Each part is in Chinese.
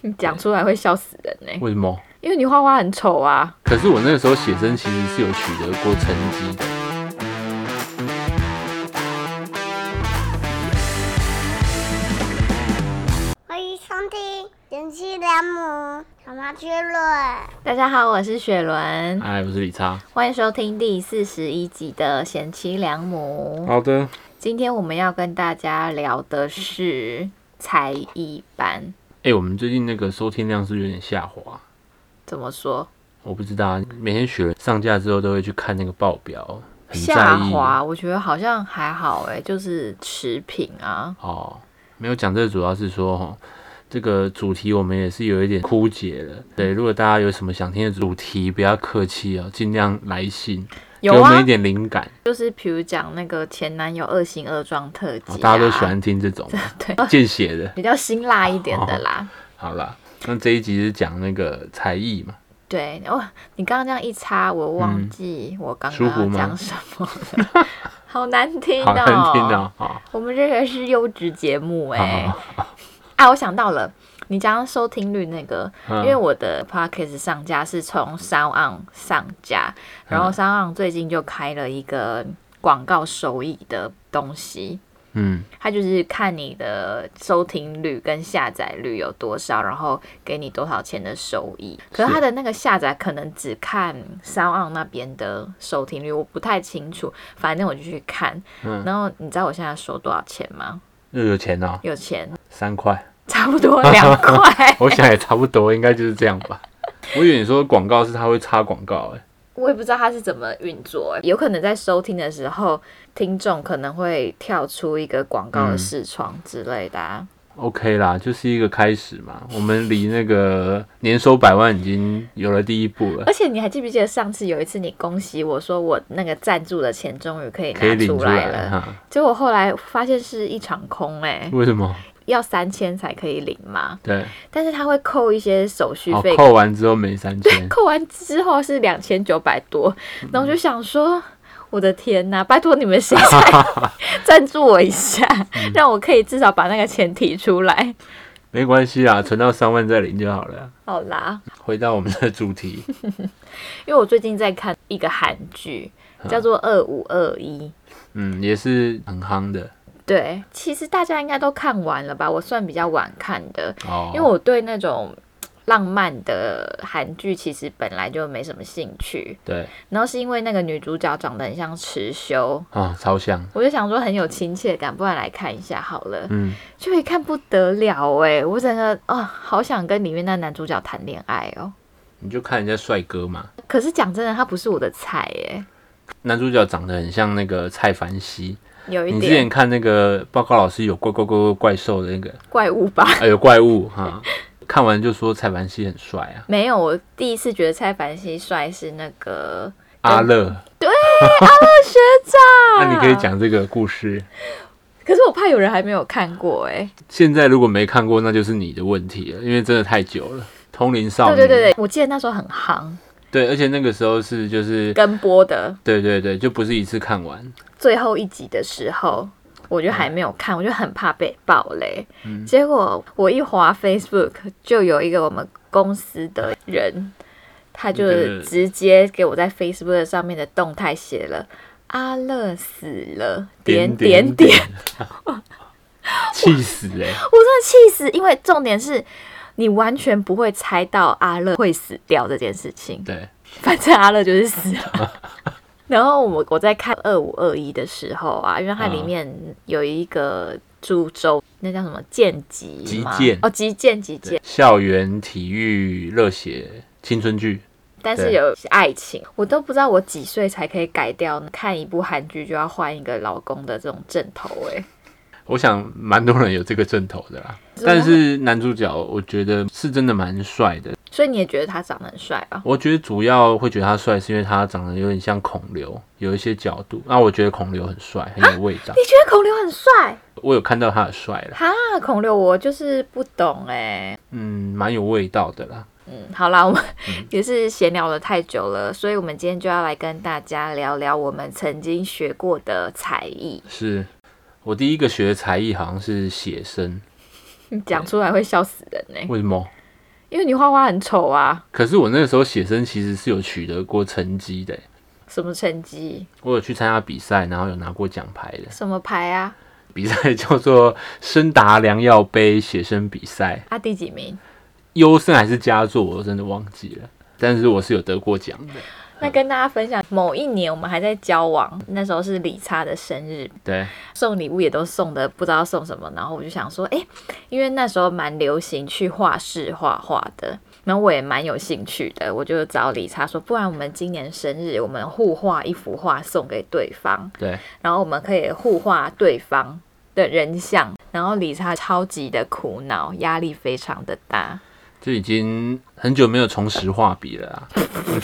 你讲出来会笑死人呢、 为什么？ 因为你画画很丑啊。 可是我那个时候写生其实是有取得过成绩的。 欢迎收听贤妻良母小妈之论。 大家好，我是雪伦， 嗨，我是李叉。 欢迎收听第41集的贤妻良母。 好的， 今天我们要跟大家聊的是才艺班。 我们最近那个收听量是不是有点下滑？ 怎么说？ 我不知道，每天雪伦上架之后都会去看那个报表，很在下意。 滑，我觉得好像还好就是持平啊。 哦，没有讲这个，主要是说这个主题我们也是有一点枯竭了。对，如果大家有什么想听的主题，不要客气哦，尽量来信， 有啊， 给我们一点灵感。 就是比如讲那个前男友恶行恶状特辑、 大家都喜欢听这种对见血的， 比较辛辣一点的啦。 好啦，那这一集是讲那个才艺嘛。 对哦，你刚刚这样一插，我忘记我刚刚要讲什么了，好难听哦， 好难听哦。 我们这个是优质节目好， 我想到了，你讲收听率那个，因为我的 podcast 上架是从 SoundOn 上架，然后 SoundOn 最近就开了一个广告收益的东西。它就是看你的收听率跟下载率有多少，然后给你多少钱的收益。可是它的那个下载可能只看 SoundOn 那边的收听率，我不太清楚。反正我就去看，然后你知道我现在收多少钱吗？ 又有钱哦， 有钱 3块， 差不多2块。 我想也差不多，应该就是这样吧。我以为你说广告是他会插广告， 我也不知道它是怎么运作，有可能在收听的时候，听众可能会跳出一个广告的视窗之类的啊。 OK 啦，就是一个开始嘛。我们离那个年收100万已经有了第一步了。 而且你还记不记得上次有一次你恭喜我说我那个赞助的钱终于可以拿领出来了，结果后来发现是一场空为什么？要3000才可以领嘛？对，但是他会扣一些手续费， 扣完之后没3000， 扣完之后是2900多，然后我就想说，我的天哪，拜托你们谁赞助我一下，让我可以至少把那个钱提出来。 没关系啦，存到3万再领就好了。 好啦， 回到我们的主题， 因为我最近在看一个韩剧，叫做2521， 也是很夯的。 对，其实大家应该都看完了吧？我算比较晚看的，因为我对那种浪漫的韩剧其实本来就没什么兴趣。对，然后是因为那个女主角长得很像池修超像， 我就想说很有亲切感，不然来看一下好了。就一看不得了我整个好想跟里面那男主角谈恋爱哦。 你就看人家帅哥嘛。 可是讲真的，他不是我的菜男主角长得很像那个蔡凡熙。 有一点。 你之前看那个报告老师有怪兽的那个怪物吧？ 有怪物看完就说蔡凡熙很帅啊。 没有，我第一次觉得蔡凡熙帅是那个阿乐。 对，阿乐学长。 那你可以讲这个故事。 可是我怕有人还没有看过现在如果没看过，那就是你的问题了，因为真的太久了。通灵少女。 对，我记得那时候很夯。对， 而且那个时候是就是跟播的。对， 就不是一次看完。 最后一集的时候，我就还没有看，我就很怕被爆雷。结果我一滑 Facebook， 就有一个我们公司的人，他就直接给我在 Facebook 上面的动态写了“阿乐死了”， 气死我真的气死，因为重点是你完全不会猜到阿乐会死掉这件事情。对，反正阿乐就是死了。然后我在看2521的时候啊，因为它里面有一个主轴，那叫什么剑击吗？击剑， 校园体育热血青春剧， 但是有爱情，我都不知道我几岁才可以改掉看一部韩剧就要换一个老公的这种阵头我想蛮多人有这个阵头的啦，但是男主角我觉得是真的蛮帅的。 所以你也觉得他长得很帅啊？ 我觉得主要会觉得他帅是因为他长得有点像孔刘，有一些角度。那我觉得孔刘很帅，很有味道。 你觉得孔刘很帅？ 我有看到他的帅了。 孔刘我就是不懂蛮有味道的啦。 好啦，我们也是闲聊了太久了，所以我们今天就要来跟大家聊聊我们曾经学过的才艺。 是我第一个学的才艺好像是写生。 你讲出来会笑死人为什么？ 因为你画画很丑啊。 可是我那个时候写生其实是有取得过成绩的。 什么成绩？ 我有去参加比赛，然后有拿过奖牌的。 什么牌啊？ 比赛叫做深达良药杯写生比赛。 第几名？ 优胜还是佳作，我真的忘记了。但是我是有得过奖的。 那跟大家分享，某一年我们还在交往，那时候是理查的生日， 对， 送礼物也都送的不知道送什么，然后我就想说，因为那时候蛮流行去画室画画的，然后我也蛮有兴趣的，我就找理查说，不然我们今年生日，我们互画一幅画送给对方， 对， 然后我们可以互画对方的人像，然后理查超级的苦恼，压力非常的大， 就已经很久没有重拾画笔了啊。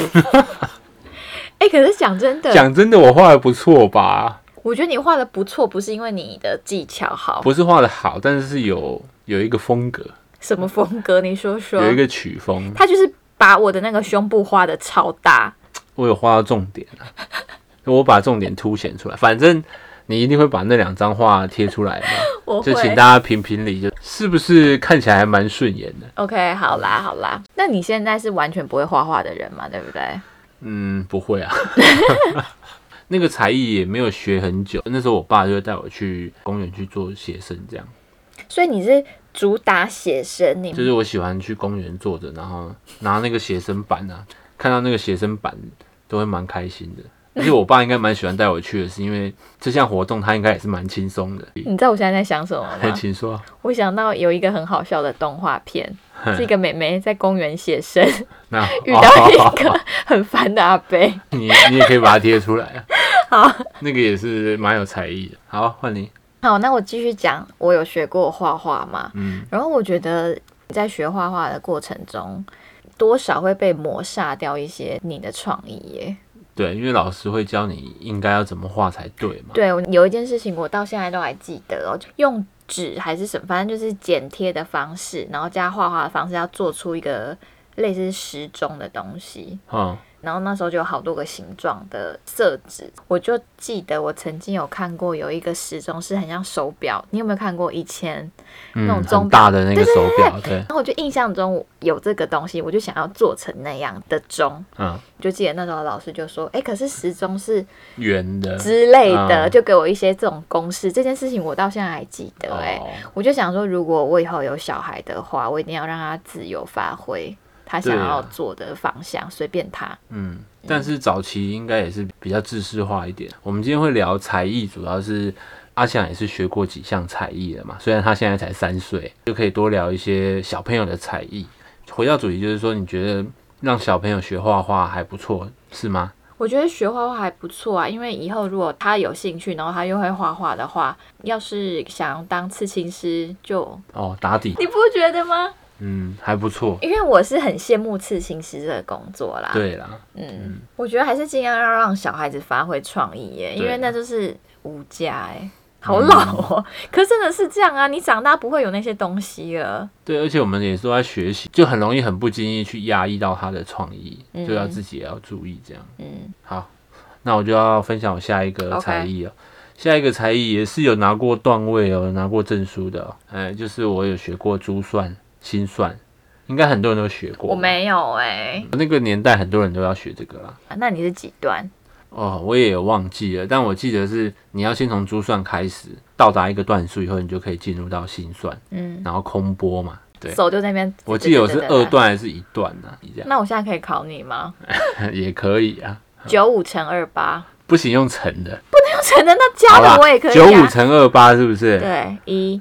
可是讲真的，我画的不错吧？ 我觉得你画的不错，不是因为你的技巧好， 不是画的好，但是有一个风格。 什么风格？你说说。 有一个曲风。 他就是把我的那个胸部画的超大。 我有画到重点啊，我把重点凸显出来。反正你一定会把那2张画贴出来嘛， 我会。 就请大家评评理，就是不是看起来还蛮顺眼的。 OK， 好啦。那你现在是完全不会画画的人嘛？对不对？ 不会啊。那个才艺也没有学很久，那时候我爸就会带我去公园去做写生，这样。 所以你是主打写生， 就是我喜欢去公园坐着，然后拿那个写生板啊，看到那个写生板都会蛮开心的。而且我爸应该蛮喜欢带我去的，是因为这项活动他应该也是蛮轻松的。 你知道我现在在想什么吗？ 请说。 我想到有一个很好笑的动画片，是一个妹妹在公园写生，遇到一个很烦的阿伯。 你也可以把它贴出来啊。 好， 那个也是蛮有才艺的。好，换你。 好，那我继续讲。我有学过画画嘛，然后我觉得在学画画的过程中，多少会被抹煞掉一些你的创意耶。 对，因为老师会教你应该要怎么画才对嘛。 对，有一件事情我到现在都还记得哦，用纸还是什么，反正就是剪贴的方式，然后加画画的方式，要做出一个类似时钟的东西。然后那时候就有好多个形状的色纸，我就记得我曾经有看过有一个时钟是很像手表，你有没有看过以前那种钟表很大的那个手表？对。 然后我就印象中有这个东西，我就想要做成那样的钟。就记得那时候老师就说，可是时钟是圆的之类的，就给我一些这种公式。这件事情我到现在还记得。我就想说，如果我以后有小孩的话，我一定要让他自由发挥。他想要做的方向，随便他。 但是早期应该也是比较制式化一点。我们今天会聊才艺，主要是阿翔也是学过几项才艺的嘛。虽然他现在才3岁，就可以多聊一些小朋友的才艺。回到主题，就是说，你觉得让小朋友学画画还不错，是吗？ 我觉得学画画还不错啊，因为以后如果他有兴趣，然后他又会画画的话，要是想当刺青师就打底， 你不觉得吗？ 还不错， 因为我是很羡慕刺青师的工作啦。 对啦， 我觉得还是尽量要让小孩子发挥创意耶，因为那就是无价哎，好老哦。可是真的是这样啊，你长大不会有那些东西了。 对，而且我们也是都在学习，就很容易很不经意去压抑到他的创意，就要自己也要注意这样。好，那我就要分享我下一个才艺哦。下一个才艺也是有拿过段位哦，拿过证书的就是我有学过珠算。心算应该很多人都学过， 我没有那个年代很多人都要学这个啦。 那你是几段？ 我也有忘记了，但我记得是你要先从珠算开始，到达一个段数以后，你就可以进入到心算，然后空拨嘛，对， 手就在那边。 我记得我是2段还是1段呢？ 那我现在可以考你吗？ 也可以啊。 95乘28。不行，用乘的。 不能用乘的，那加的我也可以。 95乘28是不是？ 对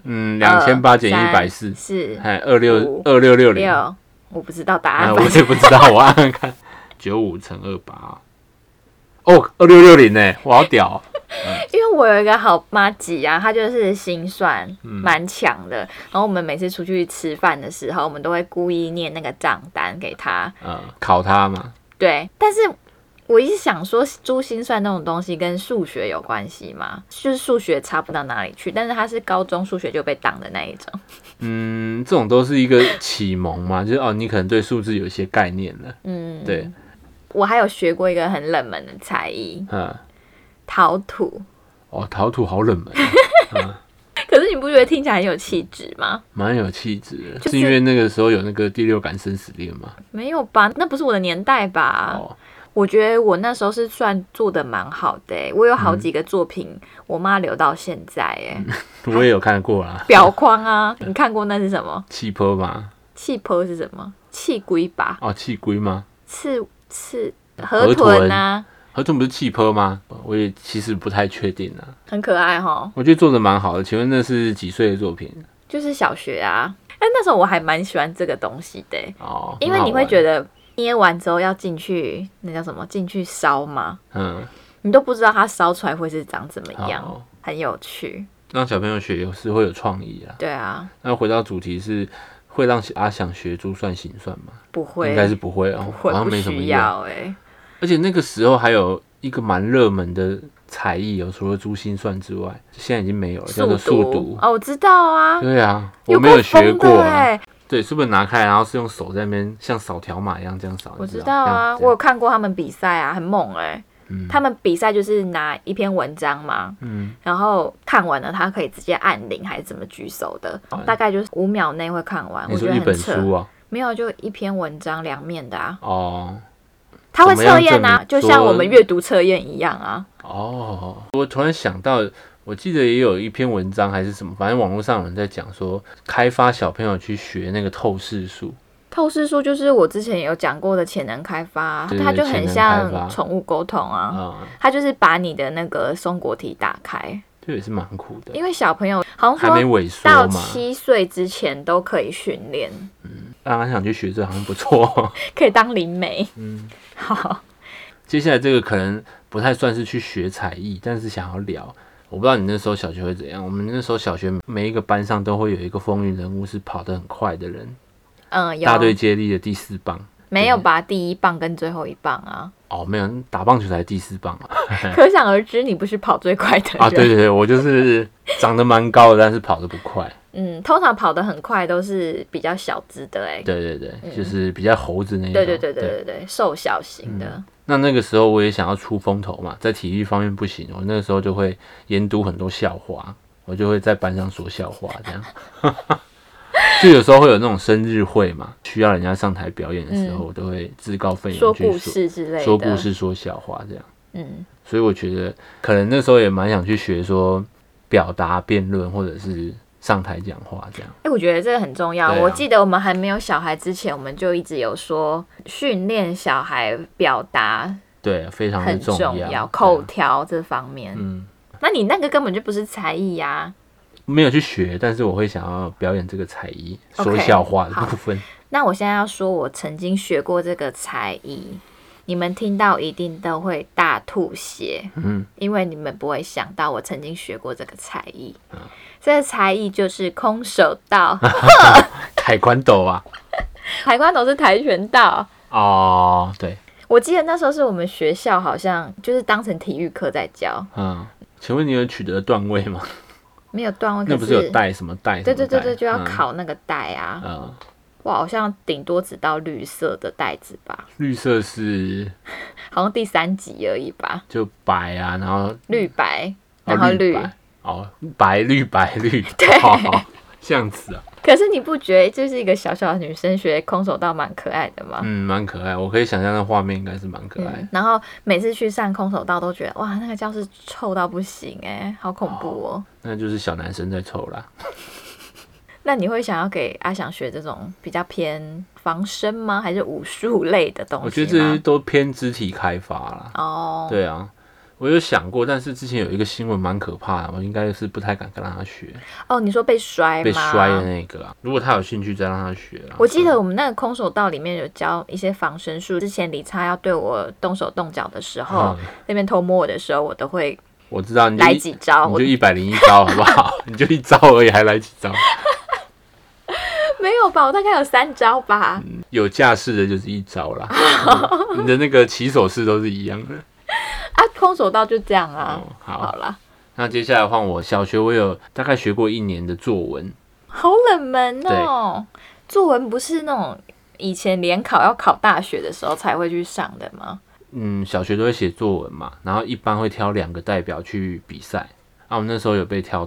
，2800减140 是 26606。 我不知道答案。 我也不知道，我按按看。95乘28。2660呢，我好屌。 因为我有一个好麻吉啊，他就是心算蛮强的，然后我们每次出去吃饭的时候，我们都会故意念那个账单给他， 考他嘛。 对，但是。我一直想说，珠心算那种东西跟数学有关系吗？就是数学差不到哪里去，但是他是高中数学就被挡的那一种。 这种都是一个启蒙嘛，就是你可能对数字有一些概念了。对。 我还有学过一个很冷门的才艺，陶土。 陶土好冷门。 可是你不觉得听起来很有气质吗？ 蛮有气质的，是因为那个时候有那个第六感生死恋吗？ 没有吧，那不是我的年代吧？我觉得我那时候是算做的蛮好的我有好几个作品，我妈留到现在我也有看过啦。 表框啊，你看过那是什么？ 气泡吗？ 气泡是什么？气龟吧？ 气龟吗？ 河豚啊？ 河豚不是气泡吗？我也其实不太确定啊。 很可爱齁， 我觉得做的蛮好的。请问那是几岁的作品？ 就是小学啊。那时候我还蛮喜欢这个东西的因为你会觉得捏完之后要进去，那叫什么？进去烧吗？你都不知道它烧出来会是长怎么样，很有趣。让小朋友学有时会有创意啦。 对啊。 那回到主题是会让阿翔学珠算心算吗？ 不会， 应该是不会不会， 好像没什么用而且那个时候还有一个蛮热门的才艺除了珠心算之外，现在已经没有了，叫做速读。 我知道啊。 对啊，我没有学过对，书本拿开，然后是用手在那边像扫条码一样这样扫。 我知道啊，我有看过他们比赛啊，很猛他们比赛就是拿一篇文章嘛，然后看完了，他可以直接按铃还是怎么举手的，大概就是5秒内会看完。 你说一本书啊？ 没有，就一篇文章2面的啊。他会测验啊，就像我们阅读测验一样啊。 我突然想到，我记得也有一篇文章还是什么，反正网络上有人在讲说，开发小朋友去学那个透视术。 透视术就是我之前有讲过的潜能开发，它就很像宠物沟通啊。它就是把你的那个松果体打开。 这也是蛮酷的， 因为小朋友好像说还没萎缩到7岁之前都可以训练。 让他想去学这好像不错， 可以当灵媒。好， 接下来这个可能不太算是去学才艺，但是想要聊。我不知道你那时候小学会怎样。我们那时候小学每一个班上都会有一个风云人物，是跑得很快的人。 有大队接力的第4棒。 没有吧？第1棒跟最后1棒啊。 没有，打棒球才第4棒啊。 可想而知，你不是跑最快的人对对对，我就是长得蛮高的，但是跑得不快。 通常跑得很快都是比较小只的对对对，就是比较猴子那种。 对对对对对对，瘦小型的。 那个时候我也想要出风头嘛，在体育方面不行，我那个时候就会研读很多笑话，我就会在班上说笑话这样。就有时候会有那种生日会嘛，需要人家上台表演的时候，我都会自告奋勇去说故事之类的， 说故事、说笑话这样。所以我觉得可能那时候也蛮想去学说表达、辩论，或者是上台讲话这样。 我觉得这个很重要。我记得我们还没有小孩之前，我们就一直有说训练小孩表达， 对，非常的重要， 口条这方面。那你那个根本就不是才艺呀。 没有去学，但是我会想要表演这个才艺，说笑话的部分。 那我现在要说，我曾经学过这个才艺，你们听到一定都会大吐血，因为你们不会想到我曾经学过这个才艺。这个才艺就是空手道。 跆拳道啊？ 跆拳道是跆拳道。 对。 我记得那时候是我们学校好像就是当成体育课在教。 请问你有取得段位吗？ 没有段位， 那不是有带什么带？ 对对对对，就要考那个带啊。我好像顶多只到绿色的带子吧。绿色是好像第3级而已吧。 就白啊，然后绿白，然后绿。 白绿白绿。 对， 这样子啊。 可是你不觉得就是一个小小的女生学空手道蛮可爱的吗？ 蛮可爱，我可以想象那画面应该是蛮可爱。 然后每次去上空手道都觉得哇，那个教室臭到不行好恐怖哦。 那就是小男生在臭啦。 那你会想要给阿翔学这种比较偏防身吗？还是武术类的东西吗？ 我觉得这些都偏肢体开发啦。对啊。我有想过，但是之前有一个新闻蛮可怕的，我应该是不太敢跟他学。 你说被摔吗？ 被摔的那个如果他有兴趣再让他学我记得我们那个空手道里面有教一些防身术，之前李差要对我动手动脚的时候，那边偷摸我的时候，我都会我知道你来几招， 你就101招好不好？你就1招而已，还来几招？ 没有吧，我大概有3招吧。 有架势的就是1招啦。你的那个起手式都是一样的。 空手道就这样啊。 好啦。 那接下来换我。小学我有大概学过1年的作文。 好冷门哦。作文不是那种以前联考要考大学的时候才会去上的吗？ 小学都会写作文嘛，然后一般会挑2个代表去比赛。我们那时候有被挑到，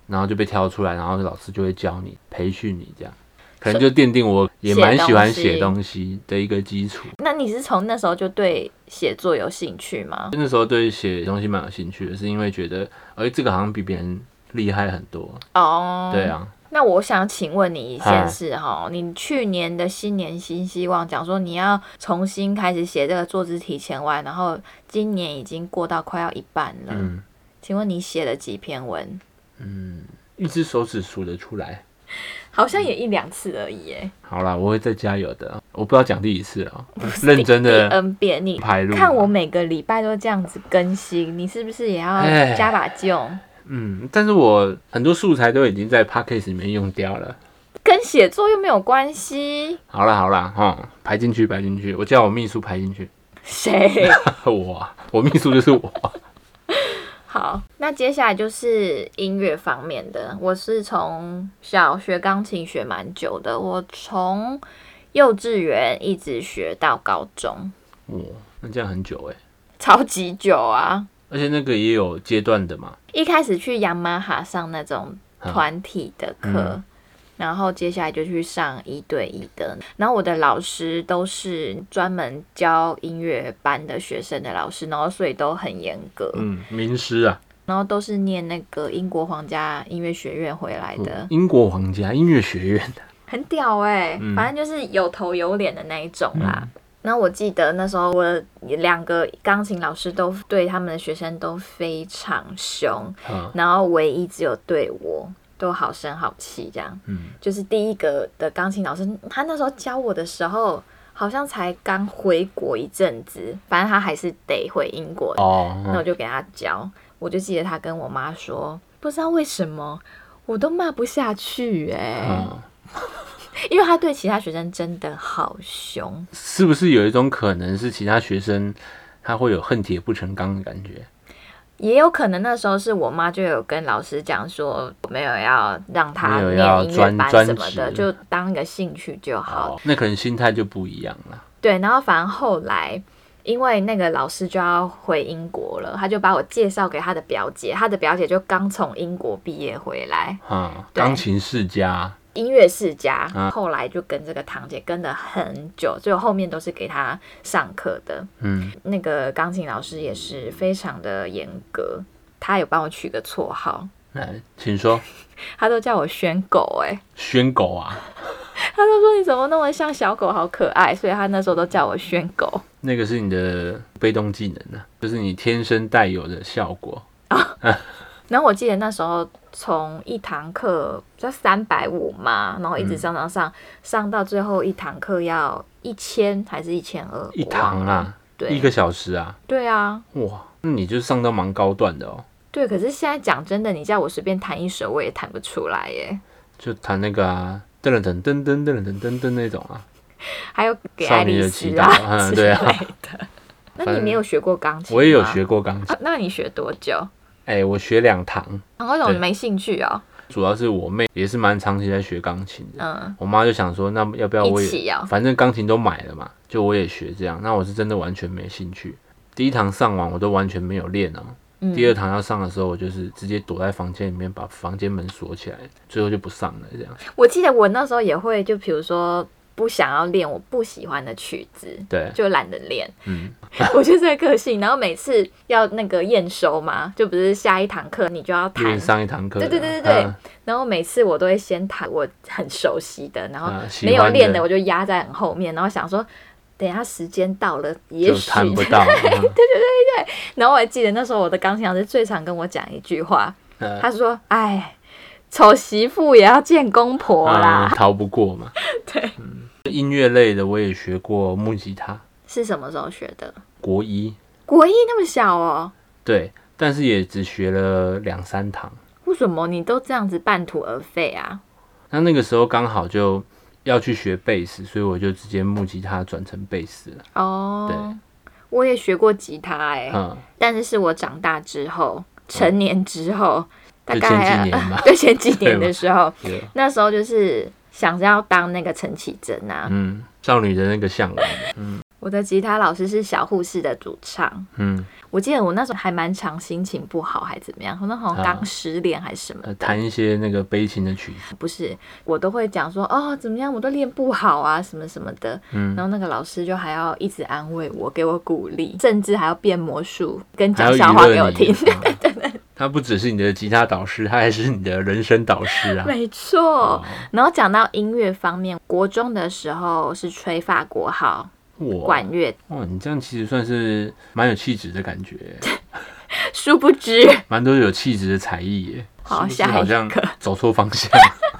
然后就被挑出来，然后老师就会教你培训你这样。可能就奠定我也蛮喜欢写东西的一个基础。 那你是从那时候就对写作有兴趣吗？ 那时候对写东西蛮有兴趣的，是因为觉得，这个好像比别人厉害很多。 哦， 对啊。 那我想请问你一件事哈，你去年的新年新希望讲说你要重新开始写这个坐姿体前弯，然后今年已经过到快要一半了。请问你写了几篇文？ 一只手指数得出来。 好像也1-2次而已耶。 好啦，我会再加油的。我不知道讲第几次了，认真的遍。你排路。 看我每个礼拜都这样子更新，你是不是也要加把劲？ 但是我很多素材都已经在 Podcast 里面用掉了， 跟写作又没有关系。 好啦，排进去，我叫我秘书排进去。 谁？ 我秘书就是我。 好，那接下来就是音乐方面的。我是从小学钢琴学蛮久的，我从幼稚园一直学到高中。 那这样很久超级久啊！ 而且那个也有阶段的嘛。 一开始去雅马哈上那种团体的课，然后接下来就去上1对1的。然后我的老师都是专门教音乐班的学生的老师，然后所以都很严格。 名师啊。 然后都是念那个英国皇家音乐学院回来的。 英国皇家音乐学院的， 很屌反正就是有头有脸的那一种啦。然后我记得那时候我2个钢琴老师都对他们的学生都非常凶，然后唯一只有对我都好声好气这样。就是第一个的钢琴老师，他那时候教我的时候好像才刚回国一阵子，反正他还是得回英国的。那我就给他教，我就记得他跟我妈说，不知道为什么我都骂不下去因为他对其他学生真的好凶。 是不是有一种可能是其他学生他会有恨铁不成钢的感觉？ 也有可能那时候是我妈就有跟老师讲说，没有要让他念音乐班什么的，就当一个兴趣就好。 那可能心态就不一样了。 对，然后反正后来因为那个老师就要回英国了，他就把我介绍给他的表姐，他的表姐就刚从英国毕业回来， 钢琴世家。 音乐世家，后来就跟这个堂姐跟了很久，最后后面都是给她上课的。那个钢琴老师也是非常的严格，他有帮我取个绰号， 请说。 他都叫我宣狗宣狗啊？ 他都说你怎么那么像小狗，好可爱，所以他那时候都叫我宣狗。 那个是你的被动技能就是你天生带有的效果。 然后我记得那时候从一堂课就350嘛，然后一直上到最后一堂课要1000还是1200？ 一堂啊？对，1个小时啊？ 对啊。 哇，那你就上到蛮高段的哦。 对，可是现在讲真的，你叫我随便弹一首，我也弹不出来耶。 就弹那个噔噔噔噔噔噔噔噔噔那种还有给爱丽丝之类的。那你没有学过钢琴吗？ 我也有学过钢琴。 那你学多久？ 我学2堂。 为什么你没兴趣哦？ 主要是我妹也是蛮长期在学钢琴的。我妈就想说，那要不要我也反正钢琴都买了嘛，就我也学这样。那我是真的完全没兴趣。第1堂上完我都完全没有练第2堂要上的时候，我就是直接躲在房间里面，把房间门锁起来，最后就不上了这样。 我记得我那时候也会，就比如说不想要练我不喜欢的曲子， 对， 就懒得练。我就这个个性，然后每次要那个验收嘛，就不是下一堂课你就要弹上一堂课， 对。然后每次我都会先弹我很熟悉的，然后没有练的我就压在很后面，然后想说等一下时间到了，也许弹不到。 对。然后我还记得那时候我的钢琴老师最常跟我讲一句话，他说：“哎，丑媳妇也要见公婆啦， 逃不过嘛。” 对。 音乐类的我也学过木吉他。 是什么时候学的？ 国一那么小哦？ 对，但是也只学了2-3堂。 为什么你都这样子半途而废啊？ 那个时候刚好就要去学贝斯，所以我就直接木吉他转成贝斯了。对， 我也学过吉他但是我长大之后，成年之后，大概前几年吧， 对，前几年的时候，那时候就是想要当那个陈绮贞啊， 少女的那个向往。 我的吉他老师是小护士的主唱。我记得我那时候还蛮常心情不好，还怎么样？我那好像刚失恋还是什么的， 弹一些那个悲情的曲子。 不是，我都会讲说怎么样，我都练不好啊，什么什么的。然后那个老师就还要一直安慰我，给我鼓励，甚至还要变魔术，跟讲笑话给我听。对。 他不只是你的吉他导师，他还是你的人生导师啊。 没错。然后讲到音乐方面，国中的时候是吹法国号。管乐。 哇，你这样其实算是蛮有气质的感觉。 殊不知蛮多有气质的才艺耶。 好，下一个好像走错方向。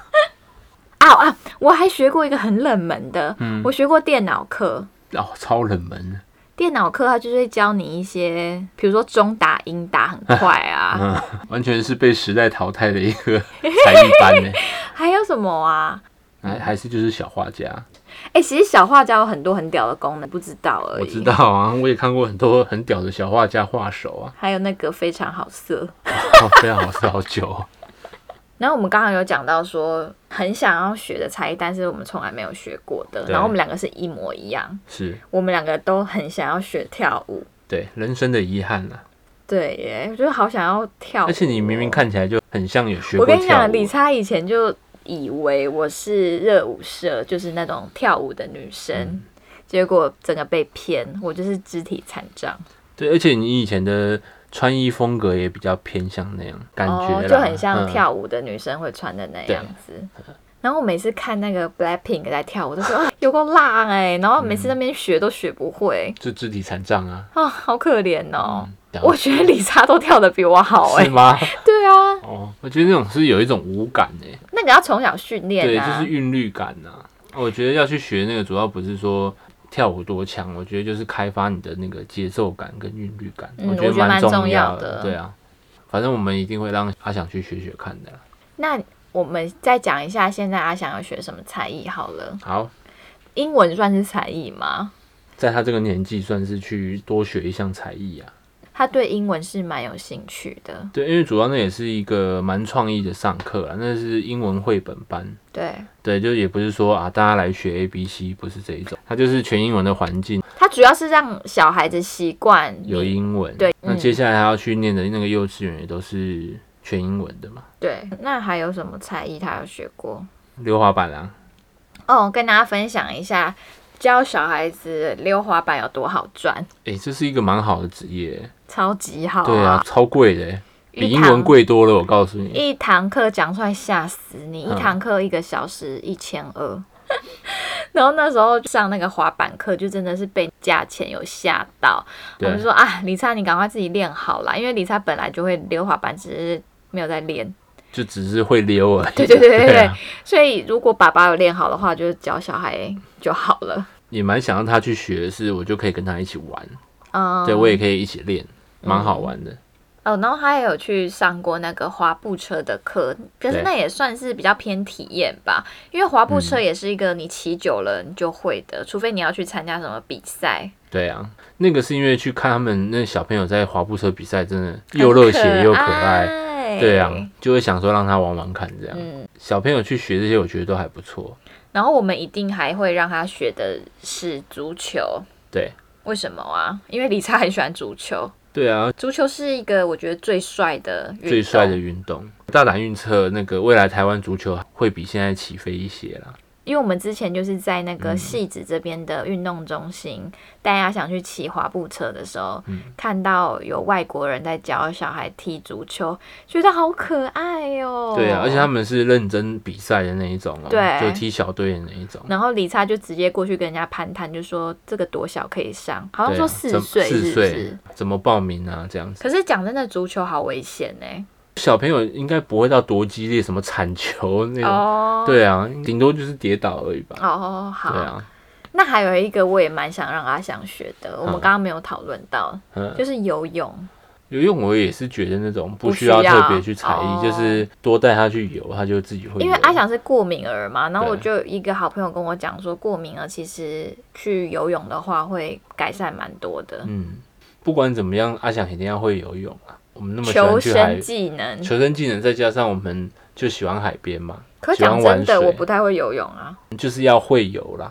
我还学过一个很冷门的，我学过电脑课。 超冷门。电脑课它就是会教你一些，比如说中打英打很快啊。 完全是被时代淘汰的一个才艺班呢。 还有什么啊？ 还是就是小画家。 其实小画家有很多很屌的功能，不知道而已。 我知道啊，我也看过很多很屌的小画家画手啊。 还有那个非常好色。 非常好色，好久哦。 然后我们刚刚有讲到说很想要学的才艺，但是我们从来没有学过的。然后我们两个是一模一样， 是我们两个都很想要学跳舞。 对，人生的遗憾啦。 对耶，我就好想要跳舞。 而且你明明看起来就很像有学过跳舞。 我跟你讲，理查以前就以为我是热舞社，就是那种跳舞的女生，结果整个被骗，我就是肢体残障。 对，而且你以前的穿衣风格也比较偏向那样感觉啦， 就很像跳舞的女生会穿的那样子。然后我每次看那个 Blackpink 在跳舞，都说有够辣然后每次那边学都学不会， 就肢体残障啊。 好可怜哦。我觉得理查都跳得比我好是吗？ 对啊。 我觉得那种是有一种舞感那个要从小训练对，就是韵律感啊。我觉得要去学那个，主要不是说跳舞多强，我觉得就是开发你的那个节奏感跟韵律感，我觉得蛮重要的。对啊，反正我们一定会让阿翔去学学看的。 那我们再讲一下，现在阿翔要学什么才艺好了。 好， 英文算是才艺吗？ 在他这个年纪，算是去多学一项才艺啊。 他对英文是蛮有兴趣的。 对，因为主要那也是一个蛮创意的上课啦，那是英文绘本班。对，就也不是说大家来学 ABC， 不是这一种，它就是全英文的环境。 它主要是让小孩子习惯有英文。 对， 那接下来他要去念的那个幼稚园也都是全英文的嘛。对， 那还有什么才艺他有学过？ 溜滑板啊。 跟大家分享一下。教小孩子溜滑板有多好赚？ 这是一个蛮好的职业， 超级好。 对啊，超贵的，比英文贵多了。我告诉你， 一堂课讲出来吓死你，一堂课1个小时1200。然后那时候上那个滑板课，就真的是被价钱有吓到。我就说理查你赶快自己练好啦，因为理查本来就会溜滑板，只是没有在练。 就只是会溜而已。 对，所以如果爸爸有练好的话，就教小孩就好了。 也蛮想让他去学的是，我就可以跟他一起玩。对，我也可以一起练，蛮好玩的。 然后他也有去上过那个滑步车的课，可是那也算是比较偏体验吧，因为滑步车也是一个你骑久了你就会的，除非你要去参加什么比赛。 对啊，那个是因为去看他们那小朋友在滑步车比赛，真的又热血又可爱。对啊，就会想说让他玩玩看这样。小朋友去学这些，我觉得都还不错。 然后我们一定还会让他学的是足球。 对， 为什么啊？因为理查很喜欢足球。 对啊， 足球是一个我觉得最帅的运动。大胆预测，那个未来台湾足球会比现在起飞一些啦。 因为我们之前就是在那个汐止这边的运动中心带阿翔去骑滑步车的时候，看到有外国人在教小孩踢足球，觉得好可爱哦。 对啊，而且他们是认真比赛的那一种对， 就踢小队的那一种。 然后理查就直接过去跟人家攀谈，就说这个多小可以上，好像说4岁是不是？ 怎么报名啊？这样子。 可是讲真的，足球好危险小朋友应该不会到多激烈，什么铲球那种。对啊，顶多就是跌倒而已吧。 好。 对啊。 那还有一个我也蛮想让阿翔学的，我们刚刚没有讨论到，就是游泳。 游泳我也是觉得那种不需要特别去才艺，就是多带他去游，他就自己会游。 因为阿翔是过敏儿嘛，然后我就有一个好朋友跟我讲说，过敏儿其实去游泳的话会改善蛮多的。 不管怎么样，阿翔一定要会游泳啊。我们那么喜欢去求生技能， 再加上我们就喜欢海边嘛。 可讲真的，我不太会游泳啊。 就是要会游啦。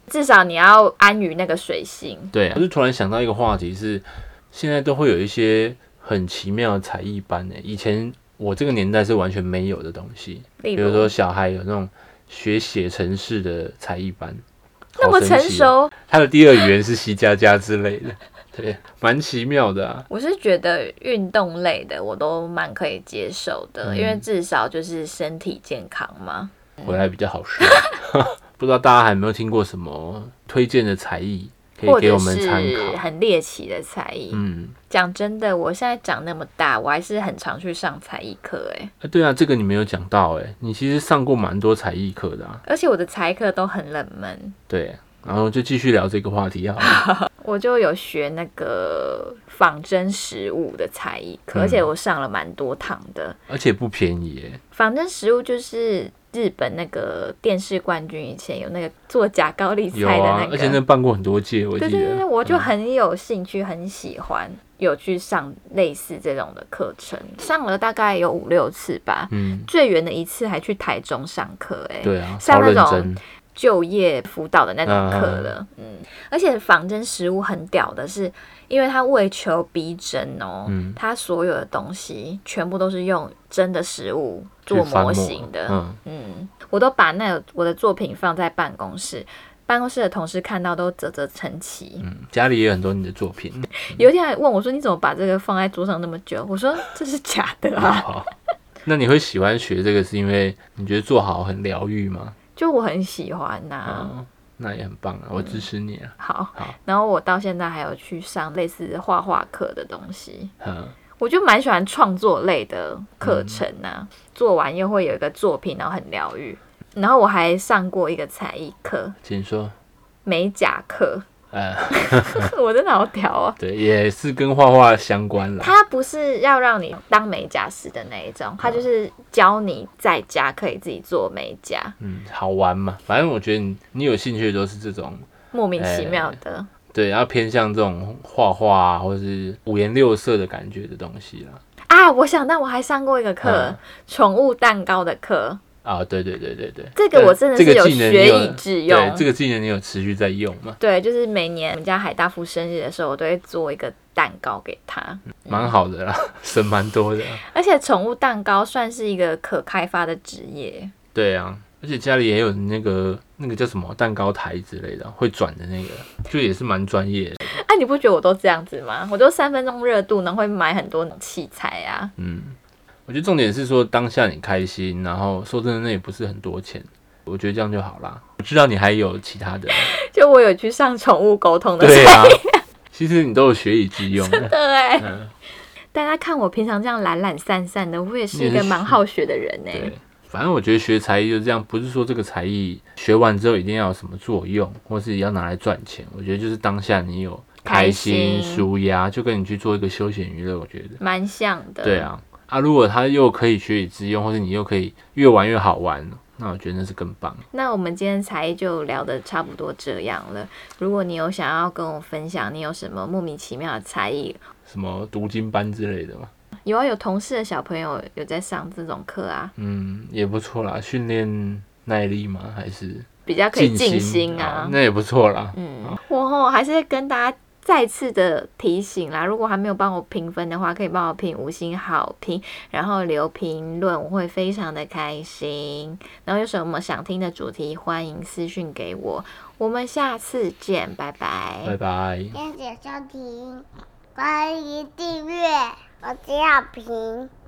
至少你要安于那个水性。 对啊，我就突然想到一个话题是，现在都会有一些很奇妙的才艺班以前我这个年代是完全没有的东西，比如说小孩有那种学写程式的才艺班， 那么成熟， 他的第二语言是C++之类的。对，蛮奇妙的啊。 我是觉得运动类的我都蛮可以接受的，因为至少就是身体健康嘛， 回来比较好睡。不知道大家还有没有听过什么推荐的才艺，可以给我们参考？ 或者是很猎奇的才艺。讲真的，我现在长那么大，我还是很常去上才艺课。 对啊，这个你没有讲到你其实上过蛮多才艺课的啊， 而且我的才艺课都很冷门。 对，然后就继续聊这个话题好了。 我就有学那个仿真实物的才艺课，而且我上了蛮多堂的， 而且不便宜耶。 仿真实物就是日本那个电视冠军以前有那个做假高丽菜的那个， 而且那办过很多届，我记得。 对，我就很有兴趣，很喜欢，有去上类似这种的课程，上了大概有5-6次吧。最远的一次还去台中上课， 对啊， 上那种就业辅导的那种课了。而且仿真实物很屌的是，因为它为求逼真它所有的东西全部都是用真的实物做模型的。我都把我的作品放在办公室的同事看到都啧啧称奇。 家里也有很多你的作品。 有一天还问我说：“你怎么把这个放在桌上那么久？”我说：“这是假的啊。” 那你会喜欢学这个，是因为你觉得做好很疗愈吗？ 就我很喜欢那也很棒啊，我支持你啊。 好，然后我到现在还有去上类似画画课的东西。我就蛮喜欢创作类的课程做完又会有一个作品，然后很疗愈。然后我还上过一个才艺课， 请说。 美甲课。我真的好屌啊！ 对，也是跟画画相关啦。 它不是要让你当美甲师的那一种，它就是教你在家可以自己做美甲。 好玩嘛，反正我觉得你有兴趣的都是这种莫名其妙的。 对，然后偏向这种画画或是五颜六色的感觉的东西啦。我想到我还上过一个课，宠物蛋糕的课。 对， 这个我真的是有学以致用。 对，这个技能你有持续在用吗？ 对，就是每年我们家海大夫生日的时候，我都会做一个蛋糕给他。 蛮好的啦，省蛮多的。 而且宠物蛋糕算是一个可开发的职业。 对啊，而且家里也有那个叫什么蛋糕台之类的，会转的那个，就也是蛮专业的。 你不觉得我都这样子吗？我都3分钟热度，然后会买很多器材啊。 我觉得重点是说当下你开心，然后说真的，那也不是很多钱，我觉得这样就好啦。我知道你还有其他的， 就我有去上宠物沟通的。 对啊，其实你都有学以致用。 真的大家看我平常这样懒懒散散的，我也是一个蛮好学的人对，反正我觉得学才艺就这样，不是说这个才艺学完之后一定要有什么作用，或是要拿来赚钱。我觉得就是当下你有开心舒压，就跟你去做一个休闲娱乐，我觉得蛮像的。 对啊。如果他又可以学以致用，或者你又可以越玩越好玩，那我觉得那是更棒。 那我们今天才艺就聊得差不多这样了。如果你有想要跟我分享，你有什么莫名其妙的才艺， 什么读经班之类的吗？ 有同事的小朋友有在上这种课啊。 也不错啦，训练耐力吗？还是比较可以静心啊？ 那也不错啦。 我还是跟大家再次的提醒啦，如果还没有帮我评分的话，可以帮我评5星好评，然后留评论，我会非常的开心。然后有什么想听的主题，欢迎私讯给我。我们下次见，拜拜。 拜拜。 谢谢收听，欢迎订阅，我是小平。